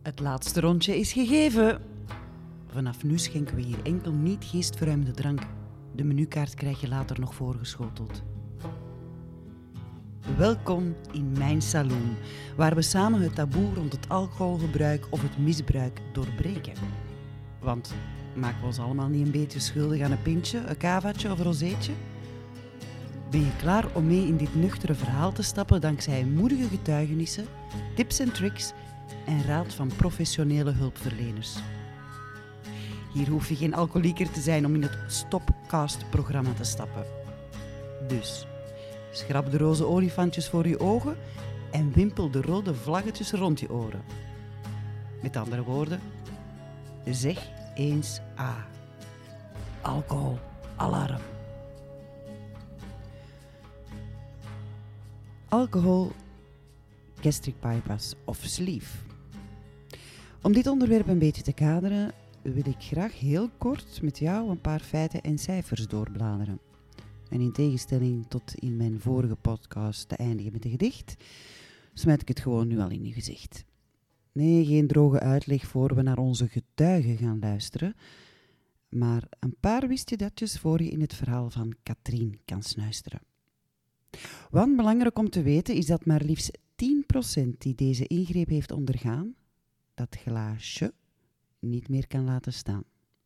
Het laatste rondje is gegeven. Vanaf nu schenken we hier enkel niet geestverruimende drank. De menukaart krijg je later nog voorgeschoteld. Welkom in mijn saloon, waar we samen het taboe rond het alcoholgebruik of het misbruik doorbreken. Want maken we ons allemaal niet een beetje schuldig aan een pintje, een cavaatje of een rozeetje? Ben je klaar om mee in dit nuchtere verhaal te stappen dankzij moedige getuigenissen, tips en tricks en raad van professionele hulpverleners? Hier hoef je geen alcoholieker te zijn om in het Stopcast-programma te stappen. Dus schrap de roze olifantjes voor je ogen en wimpel de rode vlaggetjes rond je oren. Met andere woorden, zeg eens A. Alcohol, alarm. Alcohol, gastric bypass of sleeve. Om dit onderwerp een beetje te kaderen, wil ik graag heel kort met jou een paar feiten en cijfers doorbladeren. En in tegenstelling tot in mijn vorige podcast te eindigen met een gedicht, smijt ik het gewoon nu al in je gezicht. Nee, geen droge uitleg voor we naar onze getuigen gaan luisteren, maar een paar wist je datjes voor je in het verhaal van Katrien kan snuisteren. Want belangrijk om te weten is dat maar liefst 10% die deze ingreep heeft ondergaan, dat glaasje niet meer kan laten staan.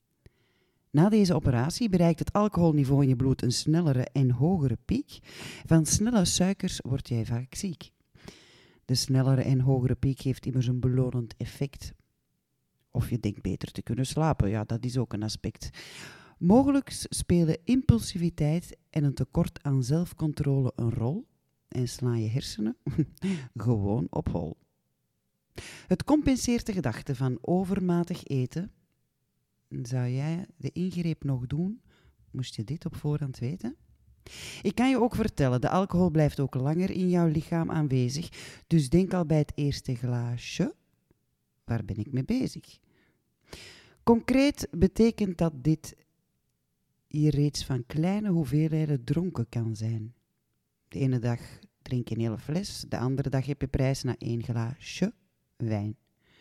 Na deze operatie bereikt het alcoholniveau in je bloed een snellere en hogere piek. Van snelle suikers word jij vaak ziek. De snellere en hogere piek heeft immers een belonend effect. Of je denkt beter te kunnen slapen, ja, dat is ook een aspect. Mogelijk spelen impulsiviteit en een tekort aan zelfcontrole een rol en slaan je hersenen gewoon op hol. Het compenseert de gedachte van overmatig eten. Zou jij de ingreep nog doen, moest je dit op voorhand weten? Ik kan je ook vertellen, de alcohol blijft ook langer in jouw lichaam aanwezig, dus denk al bij het eerste glaasje, waar ben ik mee bezig? Concreet betekent dat dit je reeds van kleine hoeveelheden dronken kan zijn. De ene dag drink je een hele fles, de andere dag heb je prijs naar 1 glaasje wijn.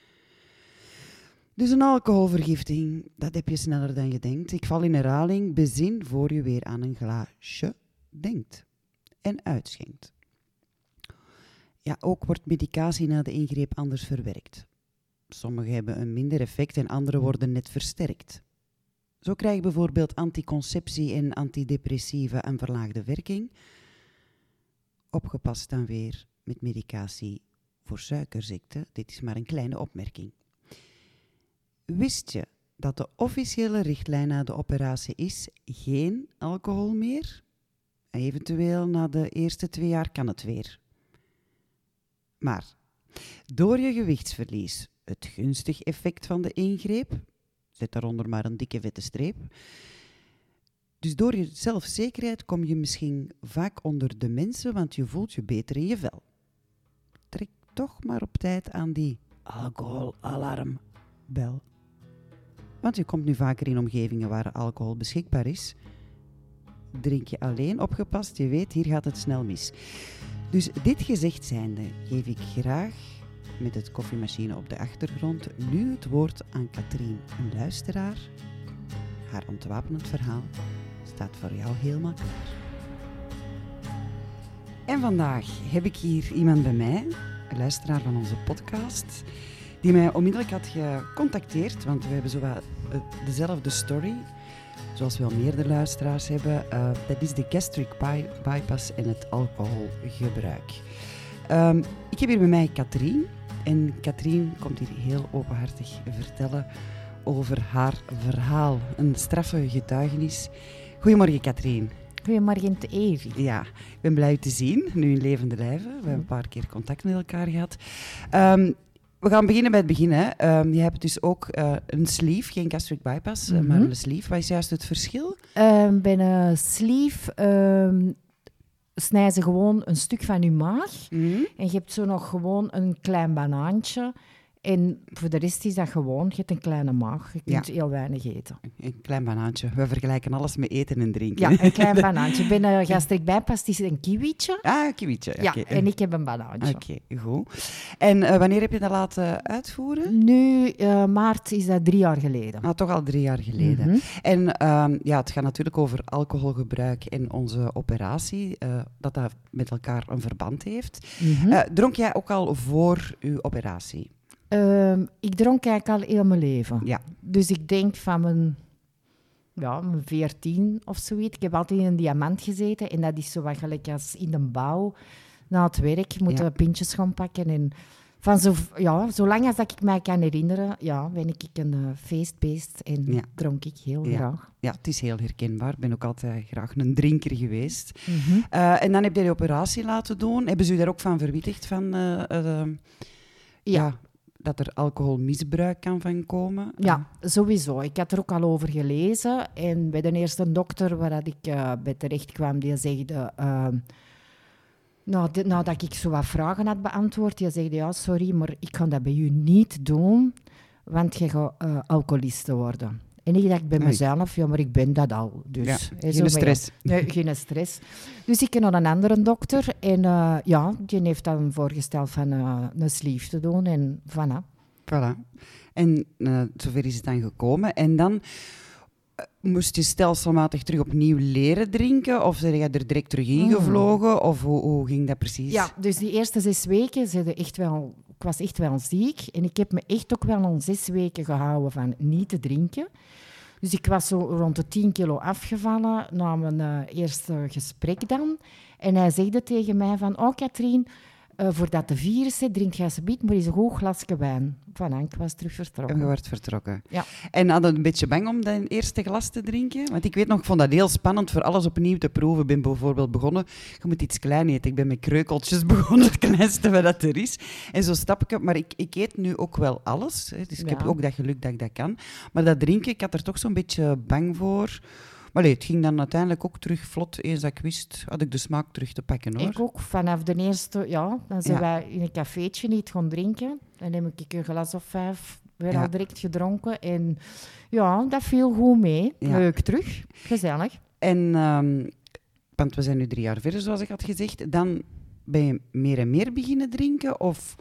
Dus een alcoholvergiftiging, dat heb je sneller dan je denkt. Ik val in herhaling, bezin voor je weer aan een glaasje denkt en uitschenkt. Ja, ook wordt medicatie na de ingreep anders verwerkt. Sommige hebben een minder effect en andere worden net versterkt. Zo krijg je bijvoorbeeld anticonceptie en antidepressiva een verlaagde werking, opgepast dan weer met medicatie voor suikerziekte. Dit is maar een kleine opmerking. Wist je dat de officiële richtlijn na de operatie is geen alcohol meer? Eventueel na de eerste 2 jaar kan het weer. Maar door je gewichtsverlies, het gunstig effect van de ingreep, zet daaronder maar een dikke vette streep, dus door je zelfzekerheid kom je misschien vaak onder de mensen, want je voelt je beter in je vel. Trek toch maar op tijd aan die alcoholalarmbel. Want je komt nu vaker in omgevingen waar alcohol beschikbaar is. Drink je alleen, opgepast, je weet, hier gaat het snel mis. Dus dit gezegd zijnde geef ik graag met het koffiemachine op de achtergrond nu het woord aan Katrien, een luisteraar. Haar ontwapenend verhaal staat voor jou helemaal klaar. En vandaag heb ik hier iemand bij mij, een luisteraar van onze podcast, die mij onmiddellijk had gecontacteerd, want we hebben zowel dezelfde story, zoals we al meerdere luisteraars hebben. Dat is de gastric bypass en het alcoholgebruik. Ik heb hier bij mij Katrien. En Katrien komt hier heel openhartig vertellen over haar verhaal. Een straffe getuigenis. Goedemorgen, Katrien. Goedemorgen, Evi. Ja, ik ben blij u te zien, nu in levende lijven. We hebben een paar keer contact met elkaar gehad. We gaan beginnen bij het begin. Hè. Je hebt dus ook een sleeve, geen gastric bypass, maar een sleeve. Wat is juist het verschil? Bij een sleeve snijden ze gewoon een stuk van je maag. En je hebt zo nog gewoon een klein banaantje. En voor de rest is dat gewoon, je hebt een kleine maag, je kunt heel weinig eten. Een klein banaantje. We vergelijken alles met eten en drinken. Ja, een klein banaantje. Ik ben gastric bypass, het is een kiwietje. Ah, kiwietje. Ja, Okay. en ik heb een banaantje. Oké, goed. En wanneer heb je dat laten uitvoeren? Nu, maart is dat 3 jaar geleden. Ah, toch al 3 jaar geleden. Mhm. En het gaat natuurlijk over alcoholgebruik en onze operatie, dat met elkaar een verband heeft. Dronk jij ook al voor uw operatie? Ik dronk eigenlijk al heel mijn leven. Ja. Dus ik denk van mijn 14 of zoiets. Ik heb altijd in een diamant gezeten en dat is zo wat gelijk als in de bouw. Na het werk moeten we pintjes gaan pakken. En van zolang als dat ik mij kan herinneren, ben ik een feestbeest en dronk ik heel graag. Ja, het is heel herkenbaar. Ik ben ook altijd graag een drinker geweest. Mhm. En dan heb je de operatie laten doen. Hebben ze u daar ook van verwittigd van... dat er alcoholmisbruik kan van komen? Ja, sowieso. Ik had er ook al over gelezen. En bij de eerste dokter waar ik bij terecht kwam, die zegde... nadat ik zo wat vragen had beantwoord, die zegde, ja, sorry, maar ik kan dat bij u niet doen, want je gaat alcoholiste worden. En ik dacht bij mezelf, ja, maar ik ben dat al. Dus, geen stress. Nee, geen stress. Dus ik ging naar een andere dokter en die heeft dan voorgesteld van een sleeve te doen en Voilà. En zover is het dan gekomen. En dan moest je stelselmatig terug opnieuw leren drinken? Of ben je er direct terug ingevlogen? Of hoe ging dat precies? Ja, dus die eerste 6 weken ik was echt wel ziek. En ik heb me echt ook wel al 6 weken gehouden van niet te drinken. Dus ik was zo rond de 10 kilo afgevallen na mijn eerste gesprek dan. En hij zegde tegen mij van, oh Katrien, voordat de virus zit, drink je alsjeblieft maar eens een goed glasje wijn. Ik was terug vertrokken. En je werd vertrokken. Ja. En had je een beetje bang om dat eerste glas te drinken? Want ik weet nog, ik vond dat heel spannend voor alles opnieuw te proeven. Ik ben bijvoorbeeld begonnen, je moet iets klein eten. Ik ben met kreukeltjes begonnen, het kleinste wat er is. En zo stap ik op. Maar ik eet nu ook wel alles. Hè. Dus ik heb ook dat geluk dat ik dat kan. Maar dat drinken, ik had er toch zo'n beetje bang voor. Maar het ging dan uiteindelijk ook terug vlot. Eens dat ik wist, had ik de smaak terug te pakken, hoor. Ik ook. Vanaf de eerste, dan zijn wij in een cafeetje niet gaan drinken. Dan heb ik een glas of 5 weer al direct gedronken. En ja, dat viel goed mee. Ja. Leuk terug. Gezellig. En, want we zijn nu 3 jaar verder, zoals ik had gezegd. Dan ben je meer en meer beginnen drinken? Of...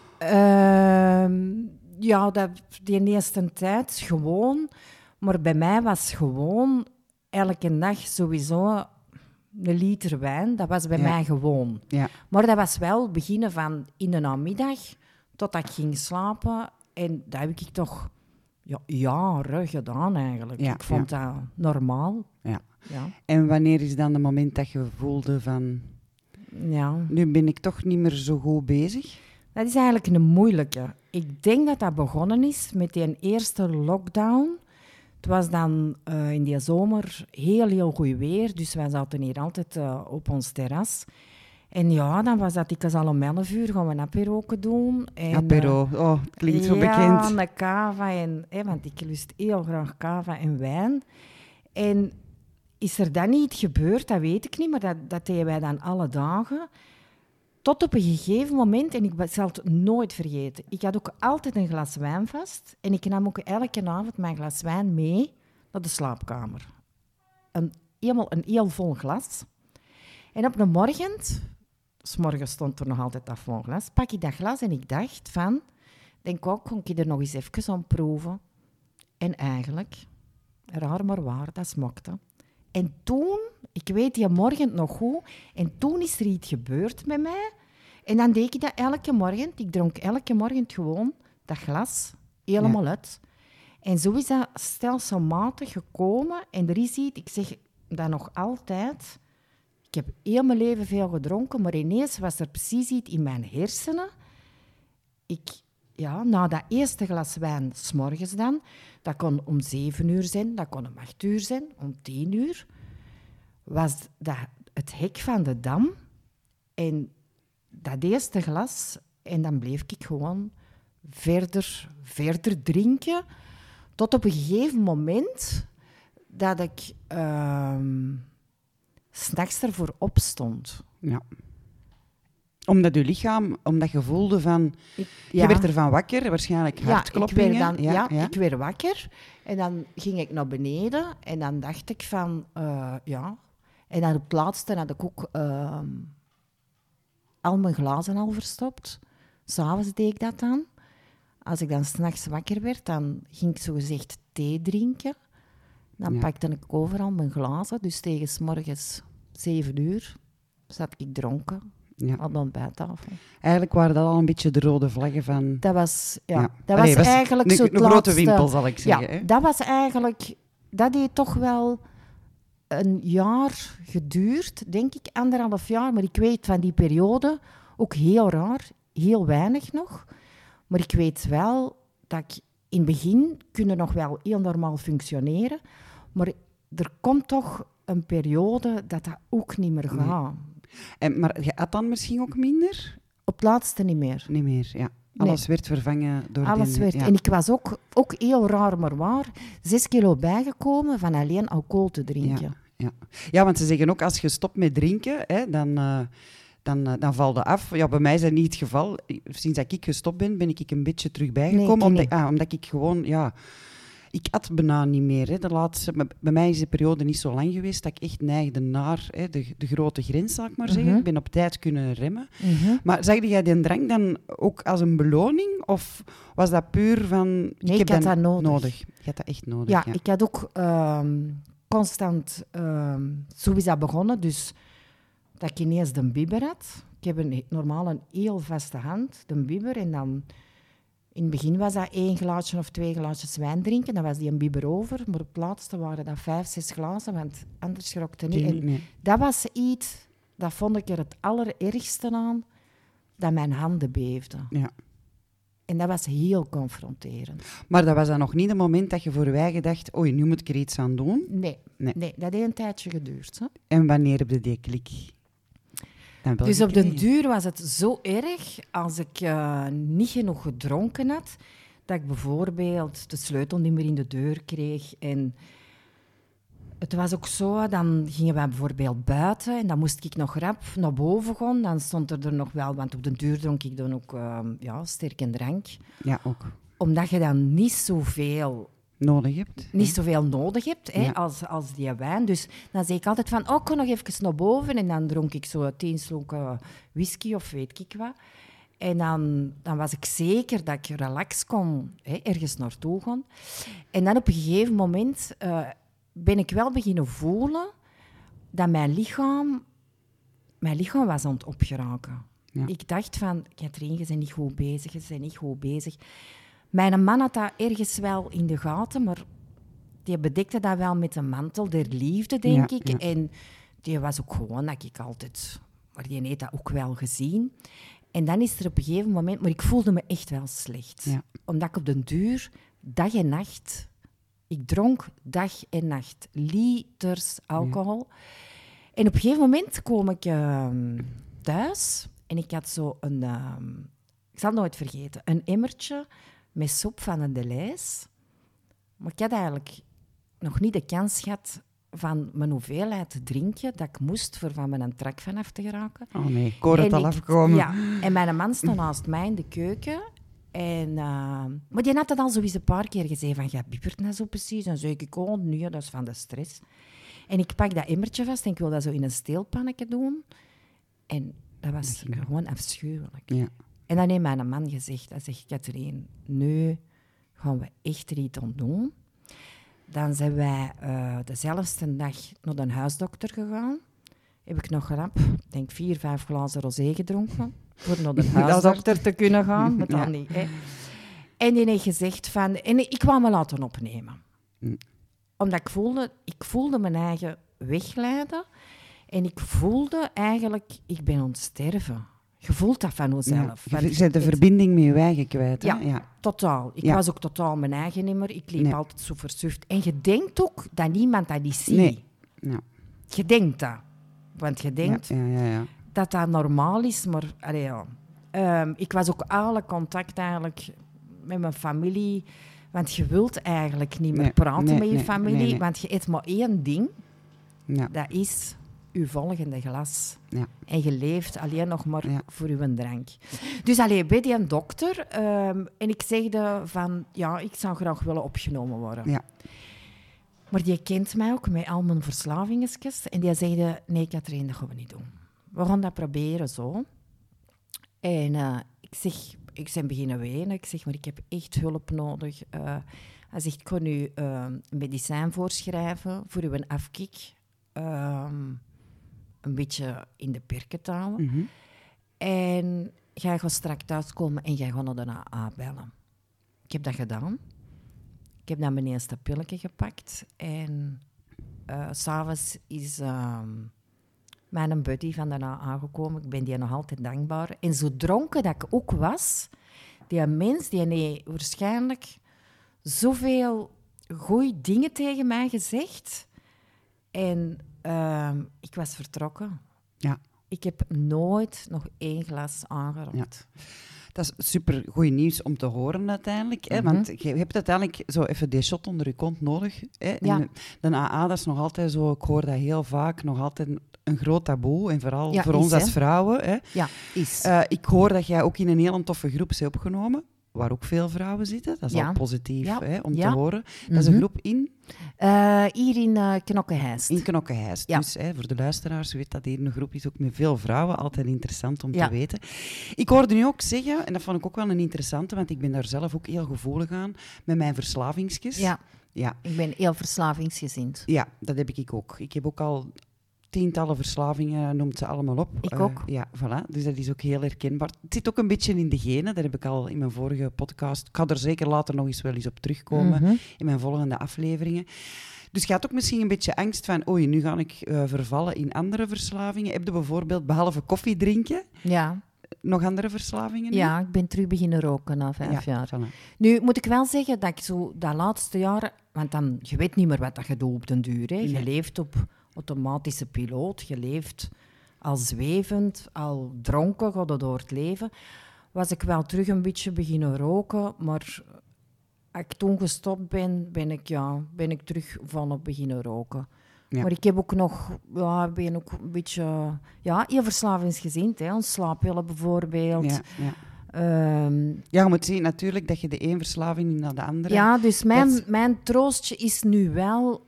Die eerste tijd gewoon. Maar bij mij was gewoon elke dag sowieso 1 liter wijn. Dat was bij mij gewoon. Ja. Maar dat was wel beginnen van in de namiddag totdat ik ging slapen. En dat heb ik toch jaren gedaan eigenlijk. Ja, ik vond dat normaal. Ja. Ja. En wanneer is dan het moment dat je voelde van... Ja. Nu ben ik toch niet meer zo goed bezig? Dat is eigenlijk een moeilijke. Ik denk dat dat begonnen is met die eerste lockdown. Het was dan in die zomer heel goed weer. Dus wij zaten hier altijd op ons terras. En ja, dan was dat ik al om 11 uur gaan we een aperoken doen. En, apero, het klinkt zo bekend. Ja, een cava. Want ik lust heel graag cava en wijn. En is er dan niet gebeurd, dat weet ik niet, maar dat deden wij dan alle dagen. Tot op een gegeven moment, en ik zal het nooit vergeten, ik had ook altijd een glas wijn vast. En ik nam ook elke avond mijn glas wijn mee naar de slaapkamer. Een heel vol glas. En op een morgen, 's morgens stond er nog altijd dat vol glas, pak ik dat glas en ik dacht van, denk ook, kon ik er nog eens even aan proeven. En eigenlijk, raar maar waar, dat smakte. En toen, ik weet die morgen nog goed, en toen is er iets gebeurd met mij. En dan deed ik dat elke morgen. Ik dronk elke morgen gewoon dat glas helemaal uit. En zo is dat stelselmatig gekomen. En er is iets, ik zeg dat nog altijd, ik heb heel mijn leven veel gedronken, maar ineens was er precies iets in mijn hersenen. Na dat eerste glas wijn, 's morgens dan, dat kon om 7 uur zijn, dat kon om 8 uur zijn, om 10 uur, was dat het hek van de Dam. En dat eerste glas, en dan bleef ik gewoon verder drinken, tot op een gegeven moment dat ik 's nachts ervoor opstond. Ja. Omdat je lichaam, omdat je voelde van... Je werd ervan wakker, waarschijnlijk hartkloppingen. Ik werd wakker. En dan ging ik naar beneden. En dan dacht ik van... En dan op het laatste had ik ook al mijn glazen al verstopt. 'S Avonds deed ik dat dan. Als ik dan 's nachts wakker werd, dan ging ik zogezegd thee drinken. Dan pakte ik overal mijn glazen. Dus tegen 's morgens 7 uur zat ik dronken op de ontbijttafel. Eigenlijk waren dat al een beetje de rode vlaggen van... Dat was, dat was eigenlijk zo het een grote wimpel, zal ik zeggen. Ja, dat was eigenlijk... Dat heeft toch wel een jaar geduurd, denk ik, 1,5 jaar. Maar ik weet van die periode, ook heel raar, heel weinig nog. Maar ik weet wel dat ik in het begin kunnen nog wel heel normaal functioneren. Maar er komt toch een periode dat ook niet meer gaat. Maar je at dan misschien ook minder? Op het laatste niet meer. Niet meer, ja. Alles werd vervangen door... Alles werd. Ja. En ik was ook heel raar maar waar 6 kilo bijgekomen van alleen alcohol te drinken. Ja, want ze zeggen ook, als je stopt met drinken, hè, dan valt het af. Ja, bij mij is dat niet het geval. Sinds dat ik gestopt ben ik een beetje terug bijgekomen. Omdat ik gewoon... Ja, ik at bijna niet meer. Hè. Bij mij is de periode niet zo lang geweest dat ik echt neigde naar de grote grens, zal ik maar zeggen. Ik ben op tijd kunnen remmen. Maar zag jij die drank dan ook als een beloning? Of was dat puur van... Nee, ik had dat nodig. Je had dat echt nodig, ja. Ik had ook constant... zo is dat begonnen, dus dat ik ineens de bibber had. Ik heb normaal een heel vaste hand, de bibber, en dan... In het begin was dat 1 glaasje of 2 glaasjes wijn drinken. Dan was die een bibber over. Maar op het laatste waren dat 5, 6 glazen, want anders schrokte niet. En dat was iets, dat vond ik er het allerergste aan, dat mijn handen beefden. Ja. En dat was heel confronterend. Maar dat was dan nog niet het moment dat je voor je dacht, oei, nu moet ik er iets aan doen? Nee, dat heeft een tijdje geduurd. Hè. En wanneer heb je die klik? Dus op den duur was het zo erg, als ik niet genoeg gedronken had, dat ik bijvoorbeeld de sleutel niet meer in de deur kreeg. En het was ook zo, dan gingen wij bijvoorbeeld buiten en dan moest ik nog rap naar boven gaan. Dan stond er nog wel, want op den duur dronk ik dan ook sterke drank. Ja, ook. Omdat je dan niet zoveel... Niet zoveel nodig hebt als die wijn. Dus dan zei ik altijd van, ik kan nog even naar boven. En dan dronk ik zo 10 slonken whisky of weet ik wat. En dan was ik zeker dat ik relax kon ergens naartoe gaan. En dan op een gegeven moment ben ik wel beginnen voelen dat mijn lichaam was aan het opgeraken. Ja. Ik dacht van, Katrien, je bent niet goed bezig. Mijn man had dat ergens wel in de gaten, maar die bedekte dat wel met een mantel der liefde, denk ik. Ja. En die was ook gewoon dat ik altijd... Maar die heeft dat ook wel gezien. En dan is er op een gegeven moment... Maar ik voelde me echt wel slecht. Ja. Omdat ik op den duur, dag en nacht... Ik dronk dag en nacht liters alcohol. Ja. En op een gegeven moment kwam ik thuis en ik had zo een... ik zal het nooit vergeten. Een emmertje met soep van een Deleuze. Maar ik had eigenlijk nog niet de kans gehad van mijn hoeveelheid te drinken dat ik moest voor van mijn trak vanaf te geraken. Oh nee, ik hoor het al afkomen. Ja, en mijn man stond naast mij in de keuken. Maar die had het al zoiets een paar keer gezegd van, ja, bibbert nou zo precies? En zei ik, nee, dat is van de stress. En ik pak dat emmertje vast en ik wil dat zo in een steelpannetje doen. En dat was gewoon afschuwelijk. Ja. En dan heeft mijn man gezegd, hij zegt, Katrien, nu gaan we echt er iets aan doen. Dan zijn wij dezelfde dag naar de huisdokter gegaan. Heb ik nog rap, denk 4, 5 glazen rosé gedronken. Voor naar de huisdokter te kunnen gaan. Maar dan niet, hè. En die heeft gezegd van... En ik wou me laten opnemen. Omdat ik voelde mijn eigen wegleiden. En ik voelde eigenlijk, ik ben aan het sterven. Je voelt dat van jezelf. Ja, je bent de verbinding met je eigen kwijt. Hè? Ja, totaal. Ik was ook totaal mijn eigen nimmer. Ik liep altijd zo versuft. En je denkt ook dat niemand dat niet ziet. Nee. Ja. Je denkt dat. Want je denkt dat dat normaal is. Maar ik was ook alle contact eigenlijk met mijn familie. Want je wilt eigenlijk niet meer praten met je familie. Want je eet maar 1 ding. Ja. Dat is uw volgende glas. Ja. En je leeft alleen nog maar Ja. voor uw drank. Dus bij die een dokter. En ik zegde van, ja, ik zou graag willen opgenomen worden. Ja. Maar die kent mij ook met al mijn verslavingetjes. En die zeiden, nee, Catherine, dat gaan we niet doen. We gaan dat proberen zo. En ik ben beginnen wenen. Ik zeg, maar ik heb echt hulp nodig. Hij zegt, ik kan u een medicijn voorschrijven voor uw afkik. Een beetje in de perken te houden. Mhm. En jij gaat straks thuiskomen en jij gaat naar de AA bellen. Ik heb dat gedaan. Ik heb dan mijn eerste pilletje gepakt. En 's avonds is mijn buddy van de AA gekomen. Ik ben die nog altijd dankbaar. En zo dronken dat ik ook was, die mens die heeft waarschijnlijk zoveel goede dingen tegen mij gezegd. En ik was vertrokken. Ja. Ik heb nooit nog 1 glas aangeraakt. Dat is super goed nieuws om te horen uiteindelijk. Hè? Mhm. Want je hebt uiteindelijk zo even die shot onder je kont nodig. Hè? Ja. En de AA, dat is nog altijd zo, ik hoor dat heel vaak, nog altijd een groot taboe. En vooral Ja, voor is, ons als hè? vrouwen. Hè? Ja, is. Ik hoor dat jij ook in een heel toffe groep bent opgenomen, waar ook veel vrouwen zitten. Dat is Ja. al positief Ja. hè, om Ja. te horen. Dat is een Mhm. groep in Hier in Knokkenheist. Knokkenheist. Ja. Dus hè, voor de luisteraars, weet dat hier een groep is ook met veel vrouwen. Altijd interessant om Ja. te weten. Ik hoorde nu ook zeggen, en dat vond ik ook wel een interessante, want ik ben daar zelf ook heel gevoelig aan, met mijn verslavingsjes. Ja, Ja, ik ben heel verslavingsgezind. ja, dat heb ik ook. Ik heb ook al tientallen verslavingen, noemt ze allemaal op. Ik ook. Ja, voilà. Dus dat is ook heel herkenbaar. Het zit ook een beetje in de genen, dat heb ik al in mijn vorige podcast. Ik ga er zeker later nog eens wel eens op terugkomen Mhm. in mijn volgende afleveringen. Dus je had ook misschien een beetje angst van, oei, nu ga ik vervallen in andere verslavingen. Heb je bijvoorbeeld, behalve koffie drinken, Ja. nog andere verslavingen? nu? Ja, ik ben terug beginnen roken na 5 jaar. Voilà. Nu moet ik wel zeggen dat ik zo dat laatste jaar... Want dan, je weet niet meer wat dat je doet op den duur. Hè. Je Nee. leeft op automatische piloot. Je leeft al zwevend, al dronken, gaat het door het leven. Was ik wel terug een beetje beginnen roken, maar als ik toen gestopt ben ik terug volop beginnen roken. Ja. Maar ik heb ook nog, ben ook een beetje, heel verslavingsgezind. Hè. Ons slaappillen bijvoorbeeld. Ja, ja. Ehm, Ja, je moet zien natuurlijk dat je de een verslaving niet naar de andere... Ja, dus Dat- mijn troostje is nu wel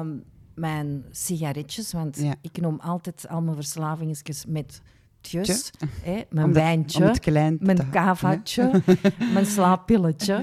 mijn sigaretjes. Want Ja. ik noem altijd al mijn verslavingetjes met tjes. Hè, mijn Om wijntje, het klein te mijn houden, kavaatje, mijn slaappilletje.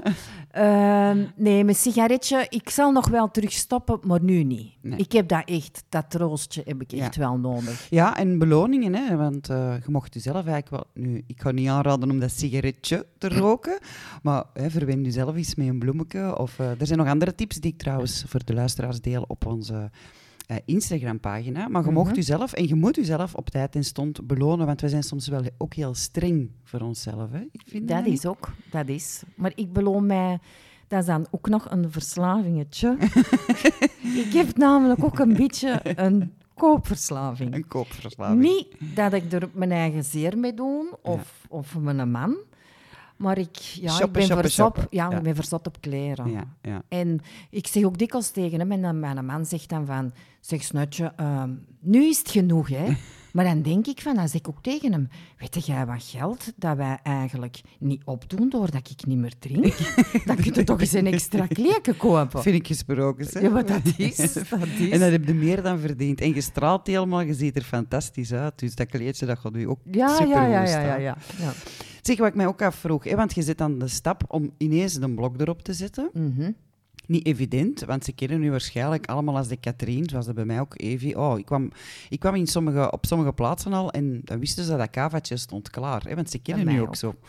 Nee, mijn sigaretje, ik zal nog wel terug stoppen, maar nu niet. Nee. Ik heb dat echt, dat troostje heb ik echt Ja. wel nodig. Ja, en beloningen, hè, want je mocht jezelf eigenlijk wel... Nu, ik ga niet aanraden om dat sigaretje te roken, maar verwen jezelf eens met een bloemetje. Of, er zijn nog andere tips die ik trouwens voor de luisteraars deel op onze Instagram-pagina. Maar je mocht jezelf, en je moet jezelf op tijd en stond belonen, want we zijn soms wel ook heel streng voor onszelf. Hè? Ik vind Dat is ook, dat is. Maar ik beloon mij... Dat is dan ook nog een verslavingetje. Ik heb namelijk ook een beetje een koopverslaving. Een koopverslaving. Niet dat ik er mijn eigen zeer mee doe, of mijn man. Maar ik ben verzot. Ja, Ja. ik ben verzot op kleren. Ja, ja. En ik zeg ook dikwijls tegen hem, en dan mijn man zegt dan van... Zeg, Snutje, nu is het genoeg, hè. Maar dan denk ik van, dan zeg ik ook tegen hem... Weet jij wat geld dat wij eigenlijk niet opdoen doordat ik niet meer drink? Dan kun je toch eens een extra kleedje kopen. Vind ik gesproken, hè? Ja, maar dat is. En dat heb je meer dan verdiend. En je straalt helemaal, je ziet er fantastisch uit. Dus dat kleedje, dat gaat nu ook super Ja. Zeg, wat ik mij ook afvroeg, hè, want je zit aan de stap om ineens een blok erop te zetten. Mhm. Niet evident, want ze kennen nu waarschijnlijk allemaal als de Katrien, zoals dat bij mij ook Evie. Oh, ik kwam op sommige plaatsen al en dan wisten ze dat kavaatje stond klaar. Hè, want ze kennen Bij nu mij ook zo.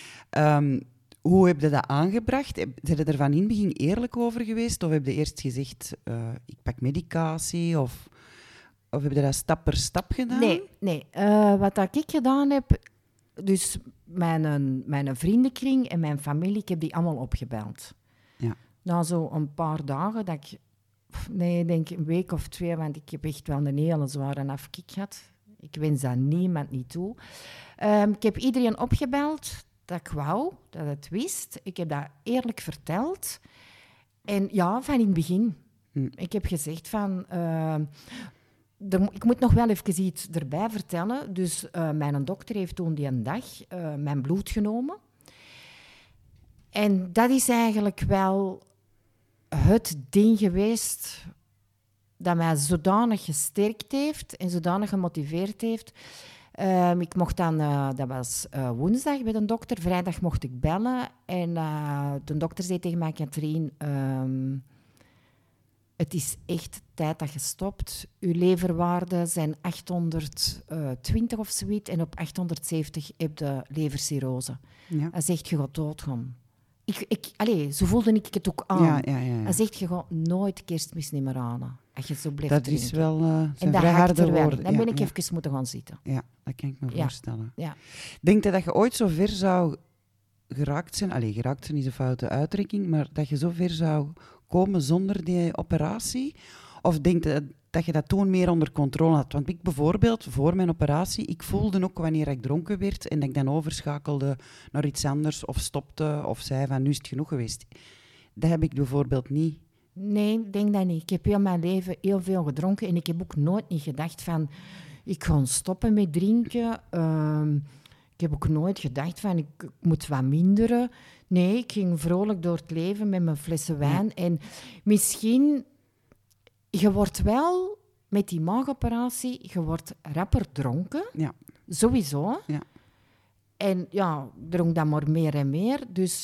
Hoe heb je dat aangebracht? Zijn je er van in het begin eerlijk over geweest? Of heb je eerst gezegd, ik pak medicatie? Of heb je dat stap per stap gedaan? Nee. Wat dat ik gedaan heb... Dus mijn vriendenkring en mijn familie, ik heb die allemaal opgebeld. Ja. Na zo'n paar dagen dat ik... Nee, ik denk een week of 2, want ik heb echt wel een hele zware afkick gehad. Ik wens dat niemand niet toe. Ik heb iedereen opgebeld dat ik wou, dat het wist. Ik heb dat eerlijk verteld. En ja, van in het begin. Ik heb gezegd van... ik moet nog wel even iets erbij vertellen. Dus mijn dokter heeft toen die een dag mijn bloed genomen. En dat is eigenlijk wel het ding geweest dat mij zodanig gesterkt heeft en zodanig gemotiveerd heeft. Ik mocht dan, dat was woensdag bij de dokter, vrijdag mocht ik bellen. En de dokter zei tegen mij, Katrien, het is echt tijd dat je stopt. Uw leverwaarden zijn 820 of zoiets en op 870 heb je levercirrose. Ja. Hij zegt, je gaat doodgaan. Zo voelde ik het ook aan. Ja. Hij zegt, je gaat nooit Kerstmis niet meer halen. Als je zo blijft Dat drinken. is wel en zijn dat vrij hakt harde er wel. woorden. Dan ben ik ja. even moeten gaan zitten. Ja, dat kan ik me voorstellen. Ja. Denk je dat je ooit zo ver zou geraakt zijn? Geraakt zijn is een foute uitdrukking, maar dat je zo ver zou komen zonder die operatie? Of denk je dat je dat toen meer onder controle had? Want ik bijvoorbeeld, voor mijn operatie, ik voelde ook wanneer ik dronken werd en dat ik dan overschakelde naar iets anders of stopte of zei van nu is het genoeg geweest. Dat heb ik bijvoorbeeld niet. Nee, ik denk dat niet. Ik heb heel mijn leven heel veel gedronken en ik heb ook nooit niet gedacht van ik ga stoppen met drinken. Ik heb ook nooit gedacht van ik moet wat minderen. Nee, ik ging vrolijk door het leven met mijn flessen wijn. Ja. En misschien, je wordt wel met die maagoperatie, je wordt rapper dronken. Ja. Sowieso. Ja. En ja, dronk dan maar meer en meer. Dus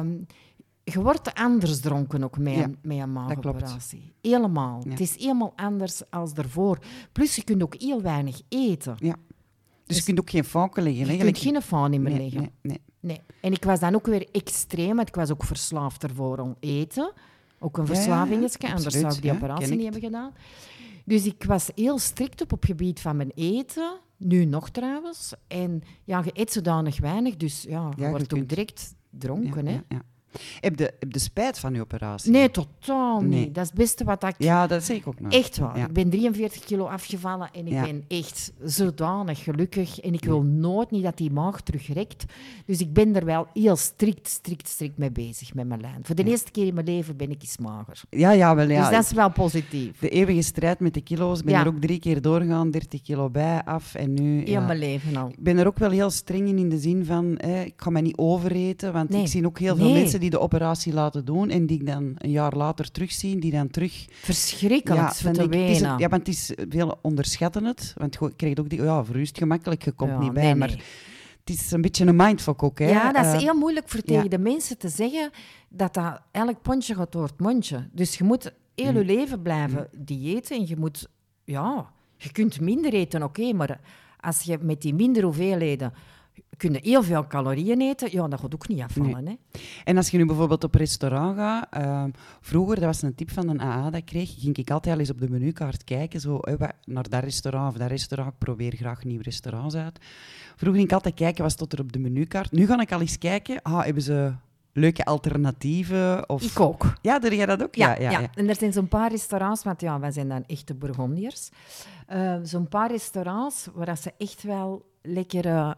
je wordt anders dronken ook met een maagoperatie. Helemaal. Ja. Het is helemaal anders als daarvoor. Plus, je kunt ook heel weinig eten. Ja. Dus je kunt ook geen fouten leggen. Je kunt geen fouten meer leggen. Nee. En ik was dan ook weer extreem, want ik was ook verslaafd ervoor om eten. Ook een verslavingetje, anders zou ik die operatie niet hebben gedaan. Dus ik was heel strikt op het gebied van mijn eten. Nu nog trouwens. En ja, je eet zodanig weinig, dus ja, je wordt ook direct dronken. Ja. Heb je spijt van je operatie? Nee, totaal niet. Dat is het beste wat ik... Ja, dat zeg ik ook nog. Echt waar. Ja. Ik ben 43 kilo afgevallen en ik ben echt zodanig gelukkig. En ik wil nooit niet dat die maag terugrekt. Dus ik ben er wel heel strikt mee bezig met mijn lijn. Voor de eerste keer in mijn leven ben ik eens mager. Ja. Dus dat is wel positief. De eeuwige strijd met de kilo's. Ik ben er ook 3 keer doorgegaan, 30 kilo bij, af en nu... Heel mijn leven al. Ik ben er ook wel heel streng in de zin van, ik ga mij niet overeten, want ik zie ook heel veel mensen die de operatie laten doen en die ik dan een jaar later terugzien, die dan terug... Verschrikkelijk voor te wenen. Want het is veel onderschatten het, want je krijgt ook die... Ja, voor u is het gemakkelijk, je komt niet bij, maar... Het is een beetje een mindfuck ook, hè. Ja, dat is heel moeilijk voor tegen de mensen te zeggen dat elk pondje gaat door het mondje. Dus je moet heel je leven blijven diëten en je moet... Ja, je kunt minder eten, oké, maar als je met die minder hoeveelheden... kun je heel veel calorieën eten, ja, dat gaat ook niet afvallen. Nee. Hè? En als je nu bijvoorbeeld op restaurant gaat... vroeger, dat was een tip van een AA dat ik kreeg, ging ik altijd al eens op de menukaart kijken, zo, naar dat restaurant of dat restaurant. Ik probeer graag nieuwe restaurants uit. Vroeger ging ik altijd kijken, wat stond er op de menukaart. Nu ga ik al eens kijken, hebben ze leuke alternatieven? Of... Ik ook. Ja, doe jij dat ook? Ja. En er zijn zo'n paar restaurants, want ja, wij zijn dan echte Bourgondiërs. Zo'n paar restaurants waar ze echt wel lekkere...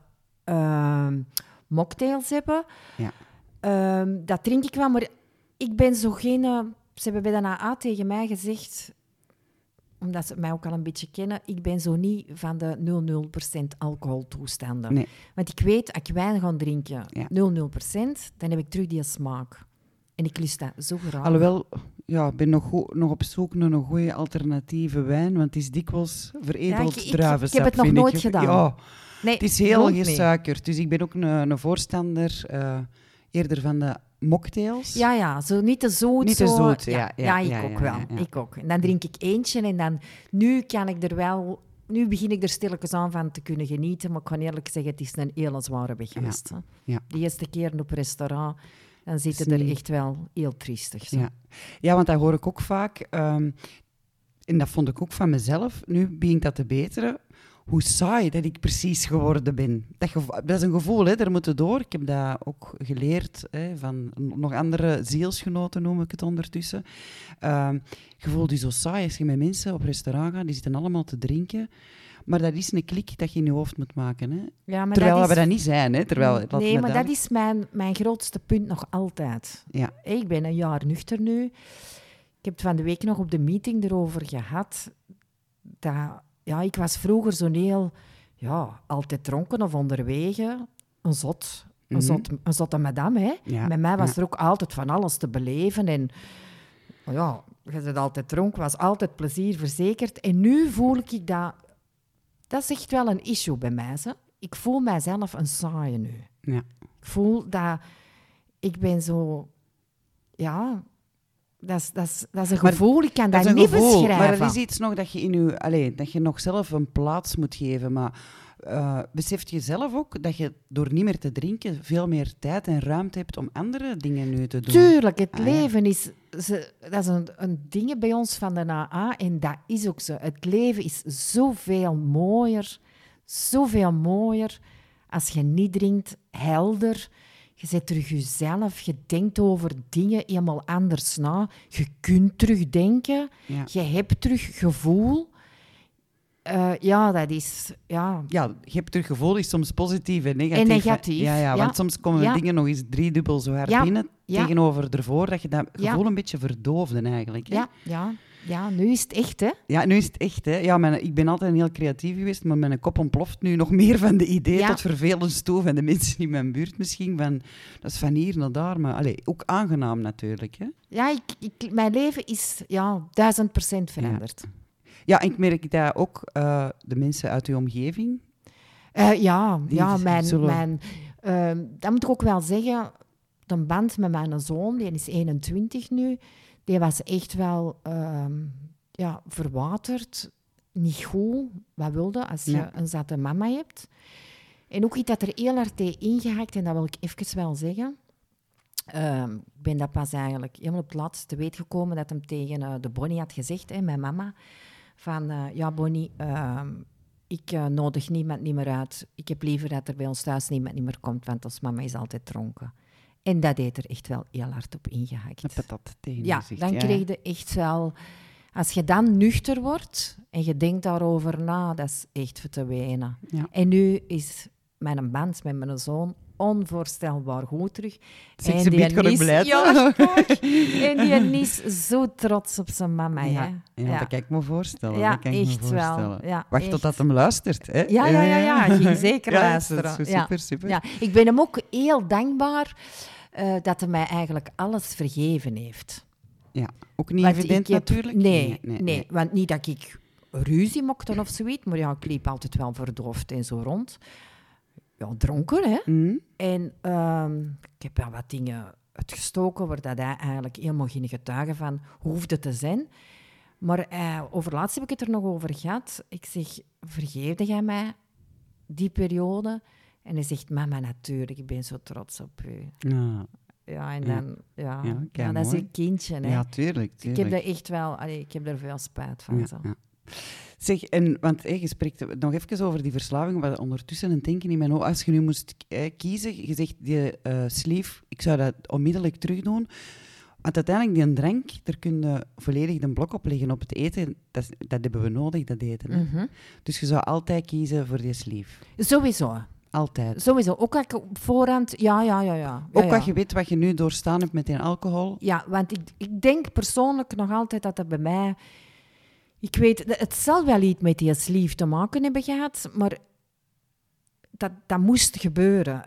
mocktails hebben. Ja. Dat drink ik wel, maar ik ben zo geen... ze hebben bij de AA tegen mij gezegd, omdat ze mij ook al een beetje kennen, ik ben zo niet van de 0,0% alcoholtoestanden. Nee. Want ik weet, als ik wijn ga drinken, 0,0%, dan heb ik terug die smaak. En ik lust dat zo graag. Alhoewel, ik ben nog op zoek naar een goede alternatieve wijn, want het is dikwijls veredeld druivensap. Ik heb het nog nooit gedaan. Ja. Nee, het is heel gesuikerd, dus ik ben ook een voorstander eerder van de mocktails. Ja, zo niet te zoet. Niet te zoet, ik ook wel. Ik ook. En dan drink ik eentje en dan... Nu begin ik er stilletjes aan van te kunnen genieten, maar ik kan eerlijk zeggen, het is een hele zware weg geweest. Ja. De eerste keer op restaurant, dan zitten er echt wel heel triestig. Zo. Ja, want dat hoor ik ook vaak. En dat vond ik ook van mezelf. Nu begin ik dat te beteren. Hoe saai dat ik precies geworden ben. Dat is een gevoel, hè, daar moeten door. Ik heb dat ook geleerd van nog andere zielsgenoten, noem ik het ondertussen. Je voelt je zo saai als je met mensen op restaurant gaat, die zitten allemaal te drinken. Maar dat is een klik dat je in je hoofd moet maken. Hè. Ja, maar terwijl we dat niet zijn. Hè. Dat is mijn grootste punt nog altijd. Ja. Ik ben een jaar nuchter nu. Ik heb het van de week nog op de meeting erover gehad ik was vroeger zo'n heel... Ja, altijd dronken of onderweg. Een zot. Een zotte madame, hè. Ja, Met mij was er ook altijd van alles te beleven. En ja, je bent altijd dronken, was altijd plezier verzekerd. En nu voel ik dat... Dat is echt wel een issue bij mij. Hè. Ik voel mijzelf een saaie nu. Ja. Ik voel dat... Ik ben zo... Ja... Dat is een gevoel, ik kan dat niet beschrijven. Maar er is iets nog dat je in je... Allee, dat je nog zelf een plaats moet geven, maar... beseft je zelf ook dat je door niet meer te drinken veel meer tijd en ruimte hebt om andere dingen nu te doen? Tuurlijk, het leven is... Dat is een ding bij ons van de AA en dat is ook zo. Het leven is zoveel mooier als je niet drinkt, helder. Je zet terug jezelf, je denkt over dingen helemaal anders na. Je kunt terugdenken, je hebt terug gevoel. Dat is... Ja, je hebt terug gevoel is soms positief en negatief. En negatief. Want soms komen dingen nog eens 3-dubbel zo hard binnen tegenover ervoor, dat je dat gevoel een beetje verdoofde eigenlijk. Hè? Ja, nu is het echt, hè? Ja, nu is het echt, hè. Ja, ik ben altijd heel creatief geweest, maar mijn kop ontploft nu nog meer van de idee tot vervelend toe van de mensen in mijn buurt misschien. Dat is van hier naar daar, maar ook aangenaam natuurlijk, hè. Ja, mijn leven is 1000% veranderd. Ja, en ik merk dat ook de mensen uit uw omgeving. Dat moet ik ook wel zeggen. De band met mijn zoon, die is 21 nu, die was echt wel verwaterd. Niet goed, wat wilde, als je een zatte mama hebt. En ook iets dat er heel hard heeft ingehakt, en dat wil ik even wel zeggen. Ik ben dat pas eigenlijk helemaal op het laatst te weten gekomen dat hem tegen de Bonnie had gezegd, hè, mijn mama, van Bonnie, ik nodig niemand niet meer uit. Ik heb liever dat er bij ons thuis niemand niet meer komt, want ons mama is altijd dronken. En dat heeft er echt wel heel hard op ingehakt. Heb je dat tegen gezegd? Dan kreeg je echt wel... Als je dan nuchter wordt en je denkt daarover na, dat is echt voor te wenen. Ja. En nu is mijn band met mijn zoon onvoorstelbaar goed terug. En die blij. En die is zo trots op zijn mama. Ja, dat kan ik me voorstellen. Ja, echt wel. Ja, wacht totdat hem luistert. Hè? Ja, ging zeker luisteren. Super. Ja. Ik ben hem ook heel dankbaar dat hij mij eigenlijk alles vergeven heeft. Ja, ook niet evident natuurlijk. Nee, want niet dat ik ruzie mocht of zoiets, maar ja, ik liep altijd wel verdoofd en zo rond. Ja, dronken, hè. Mm. En ik heb wel wat dingen uitgestoken waar dat hij eigenlijk helemaal geen getuige van hoefde te zijn. Maar overlaatst heb ik het er nog over gehad. Ik zeg, vergeefde jij mij die periode? En hij zegt, mama, natuurlijk, ik ben zo trots op u. Ja, en dan... dat is een kindje, hè. Ja, tuurlijk. Ik heb er echt wel... ik heb er veel spijt van. Zo. Ja. Zeg, want je spreekt nog even over die verslaving, wat ondertussen een denken in mijn hoofd. Als je nu moest kiezen, je zegt die sleeve, ik zou dat onmiddellijk terugdoen. Want uiteindelijk, die drank, daar kun je volledig een blok op leggen op het eten. Dat hebben we nodig, dat eten. Mm-hmm. Dus je zou altijd kiezen voor die sleeve. Sowieso. Altijd. Sowieso. Ook als ik op voorhand... Ja. Ook als je weet wat je nu doorstaan hebt met die alcohol. Ja, want ik denk persoonlijk nog altijd dat bij mij... Ik weet, het zal wel iets met die sleeve te maken hebben gehad, maar dat moest gebeuren.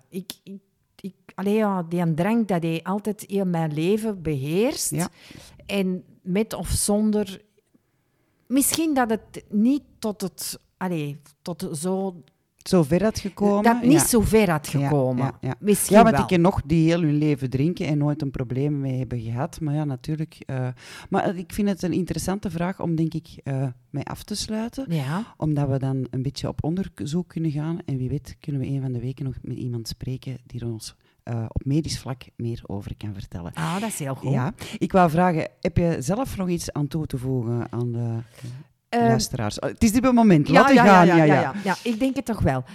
Die drank dat hij altijd in mijn leven beheerst. Ja. En met of zonder... Misschien dat het niet tot zo ver had gekomen. Dat niet zo ver had gekomen. Ja. Misschien want wel. ik ken nog die heel hun leven drinken en nooit een probleem mee hebben gehad. Maar ja, natuurlijk. Maar ik vind het een interessante vraag om, denk ik, mij af te sluiten. Ja. Omdat we dan een beetje op onderzoek kunnen gaan. En wie weet kunnen we een van de weken nog met iemand spreken die er ons op medisch vlak meer over kan vertellen. Ah, dat is heel goed. Ja. Ik wou vragen, heb je zelf nog iets aan toe te voegen aan de... luisteraars. Het is dit moment. Laat u gaan. Ja, ik denk het toch wel.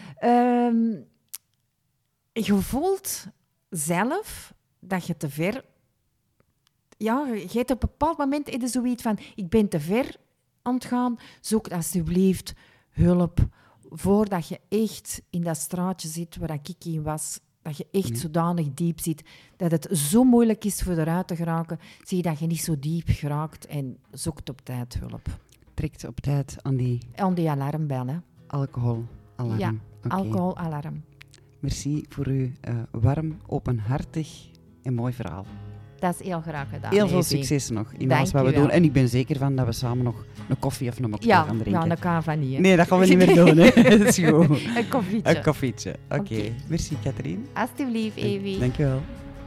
Je voelt zelf dat je te ver... Ja, je hebt op een bepaald moment zoiets van... Ik ben te ver aan het gaan. Zoek alsjeblieft hulp. Voordat je echt in dat straatje zit waar ik in was... Dat je echt zodanig diep zit... Dat het zo moeilijk is voor eruit te geraken. Zie je dat je niet zo diep geraakt. En zoek op tijd hulp. trekt op tijd aan die die alarmbel, hè. alcoholalarm. Ja, Oké. alcoholalarm. Merci voor uw warm, openhartig en mooi verhaal. Dat is heel graag gedaan. Heel veel Evie. succes nog in Dank alles wat we u wel. doen. En ik ben zeker van dat we samen nog een koffie of een mocktail Ja, gaan drinken. ja, een kava niet. Hè. Nee, dat gaan we niet meer doen. Hè. Dat is goed. Een koffietje. Een koffietje. Oké. Oké. Merci, Katrien. Alsjeblieft, Evie. Dankjewel.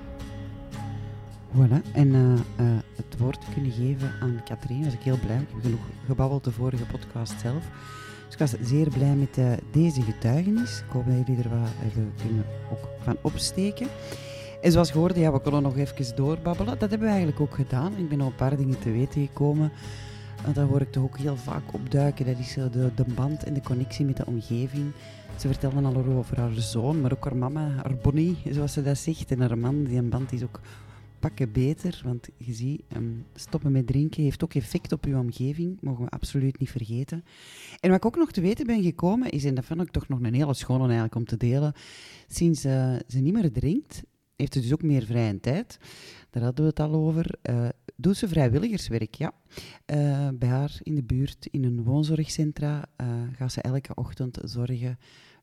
Voilà. En het woord kunnen geven aan Katrien. Was ik heel blij. Ik heb genoeg gebabbeld de vorige podcast zelf. Dus ik was zeer blij met deze getuigenis. Ik hoop dat jullie er wat hebben kunnen ook van opsteken. En zoals je hoorde, ja, we konden nog even doorbabbelen. Dat hebben we eigenlijk ook gedaan. Ik ben al een paar dingen te weten gekomen. Want dat hoor ik toch ook heel vaak opduiken. Dat is de band en de connectie met de omgeving. Ze vertelde al over haar zoon, maar ook haar mama, haar Bonnie, zoals ze dat zegt. En haar man, die band is ook pakken beter. Want je ziet, stoppen met drinken heeft ook effect op je omgeving. Mogen we absoluut niet vergeten. En wat ik ook nog te weten ben gekomen, is, en dat vond ik toch nog een hele schone eigenlijk om te delen, sinds ze niet meer drinkt, heeft ze dus ook meer vrije tijd. Daar hadden we het al over. Doet ze vrijwilligerswerk, ja. Bij haar in de buurt, in een woonzorgcentra, gaat ze elke ochtend zorgen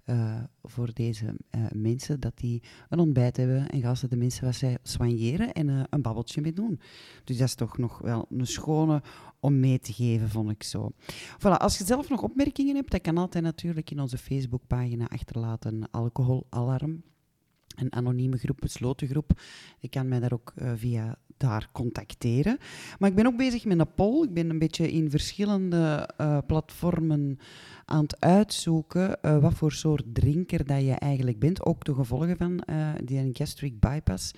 voor deze mensen, dat die een ontbijt hebben en gaan ze de mensen wat zij soigneren en een babbeltje mee doen. Dus dat is toch nog wel een schone om mee te geven, vond ik zo. Voilà, als je zelf nog opmerkingen hebt, dat kan altijd natuurlijk in onze Facebookpagina achterlaten, Alcoholalarm. Een anonieme groep, een besloten groep. Je kan mij daar ook via daar contacteren. Maar ik ben ook bezig met een poll. Ik ben een beetje in verschillende platformen aan het uitzoeken wat voor soort drinker dat je eigenlijk bent. Ook de gevolgen van die gastric bypass.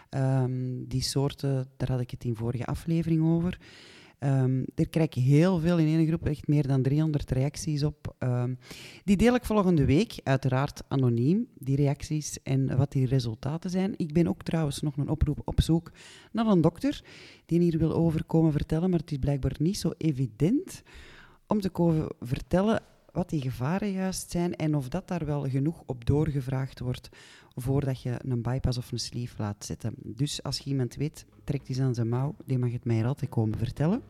Die soorten, daar had ik het in vorige aflevering over. Er krijg ik heel veel in één groep, echt meer dan 300 reacties op. Die deel ik volgende week, uiteraard anoniem, die reacties en wat die resultaten zijn. Ik ben ook trouwens nog een oproep op zoek naar een dokter die hier wil overkomen vertellen, maar het is blijkbaar niet zo evident om te komen vertellen wat die gevaren juist zijn en of dat daar wel genoeg op doorgevraagd wordt voordat je een bypass of een sleeve laat zetten. Dus als je iemand weet, trekt eens aan zijn mouw, die mag het mij hier altijd komen vertellen.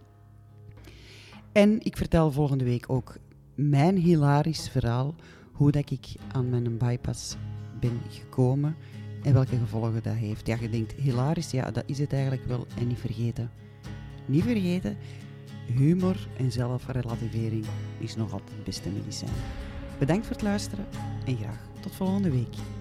En ik vertel volgende week ook mijn hilarisch verhaal, hoe dat ik aan mijn bypass ben gekomen en welke gevolgen dat heeft. Ja, je denkt, hilarisch, ja, dat is het eigenlijk wel. En niet vergeten, humor en zelfrelativering is nog altijd het beste medicijn. Bedankt voor het luisteren en graag tot volgende week.